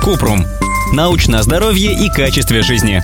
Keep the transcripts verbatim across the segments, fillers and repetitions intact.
Купрум. Научное здоровье и качестве жизни.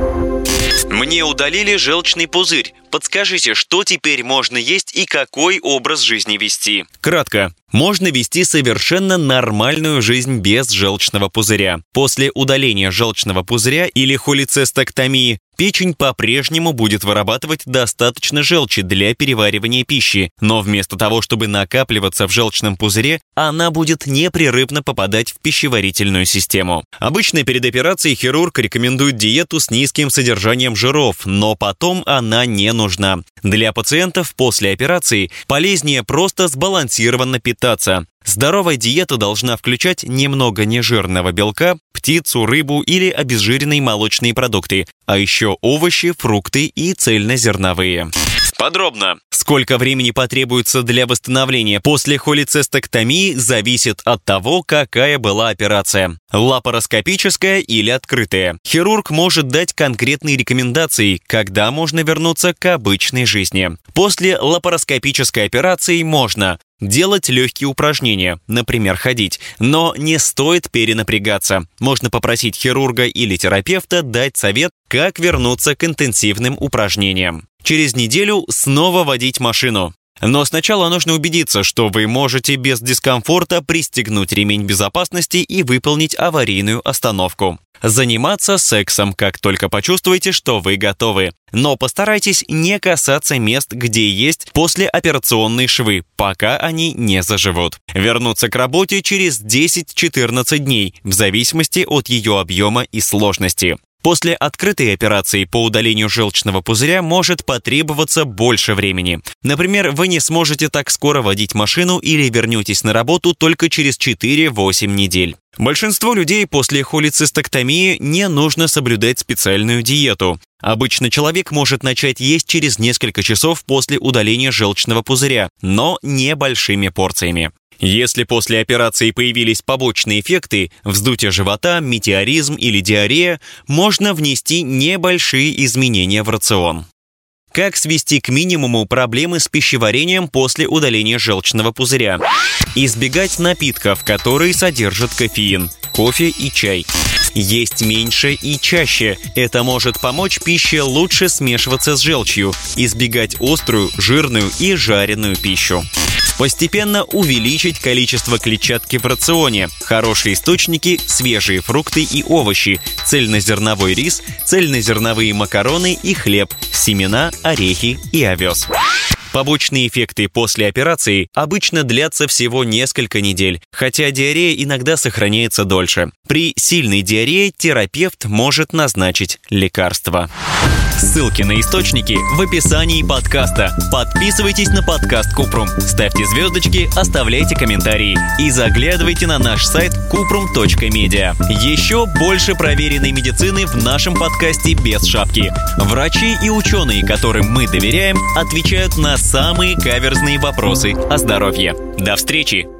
Мне удалили желчный пузырь. Подскажите, что теперь можно есть и какой образ жизни вести? Кратко. Можно вести совершенно нормальную жизнь без желчного пузыря. После удаления желчного пузыря или холецистэктомии печень по-прежнему будет вырабатывать достаточно желчи для переваривания пищи, но вместо того, чтобы накапливаться в желчном пузыре, она будет непрерывно попадать в пищеварительную систему. Обычно перед операцией хирург рекомендует диету с низким содержанием жиров, но потом она не нужна. Для пациентов после операции полезнее просто сбалансированно питаться. Здоровая диета должна включать немного нежирного белка, птицу, рыбу или обезжиренные молочные продукты, а еще овощи, фрукты и цельнозерновые. Подробно. Сколько времени потребуется для восстановления после холецистэктомии, зависит от того, какая была операция. Лапароскопическая или открытая. Хирург может дать конкретные рекомендации, когда можно вернуться к обычной жизни. После лапароскопической операции можно делать легкие упражнения, например, ходить, но не стоит перенапрягаться. Можно попросить хирурга или терапевта дать совет, как вернуться к интенсивным упражнениям. Через неделю снова водить машину. Но сначала нужно убедиться, что вы можете без дискомфорта пристегнуть ремень безопасности и выполнить аварийную остановку. Заниматься сексом, как только почувствуете, что вы готовы. Но постарайтесь не касаться мест, где есть послеоперационные швы, пока они не заживут. Вернуться к работе через десять-четырнадцать дней, в зависимости от ее объема и сложности. После открытой операции по удалению желчного пузыря может потребоваться больше времени. Например, вы не сможете так скоро водить машину или вернетесь на работу только через четыре-восемь недель. Большинству людей после холецистэктомии не нужно соблюдать специальную диету. Обычно человек может начать есть через несколько часов после удаления желчного пузыря, но небольшими порциями. Если после операции появились побочные эффекты, вздутие живота, метеоризм или диарея, можно внести небольшие изменения в рацион. Как свести к минимуму проблемы с пищеварением после удаления желчного пузыря? Избегать напитков, которые содержат кофеин, кофе и чай. Есть меньше и чаще. Это может помочь пище лучше смешиваться с желчью. Избегать острую, жирную и жареную пищу. Постепенно увеличить количество клетчатки в рационе. Хорошие источники – свежие фрукты и овощи, цельнозерновой рис, цельнозерновые макароны и хлеб, семена, орехи и овес. Побочные эффекты после операции обычно длятся всего несколько недель, хотя диарея иногда сохраняется дольше. При сильной диарее терапевт может назначить лекарство. Ссылки на источники в описании подкаста. Подписывайтесь на подкаст Купрум, ставьте звездочки, оставляйте комментарии и заглядывайте на наш сайт купрум точка медиа. Еще больше проверенной медицины в нашем подкасте без шапки. Врачи и ученые, которым мы доверяем, отвечают на самые каверзные вопросы о здоровье. До встречи!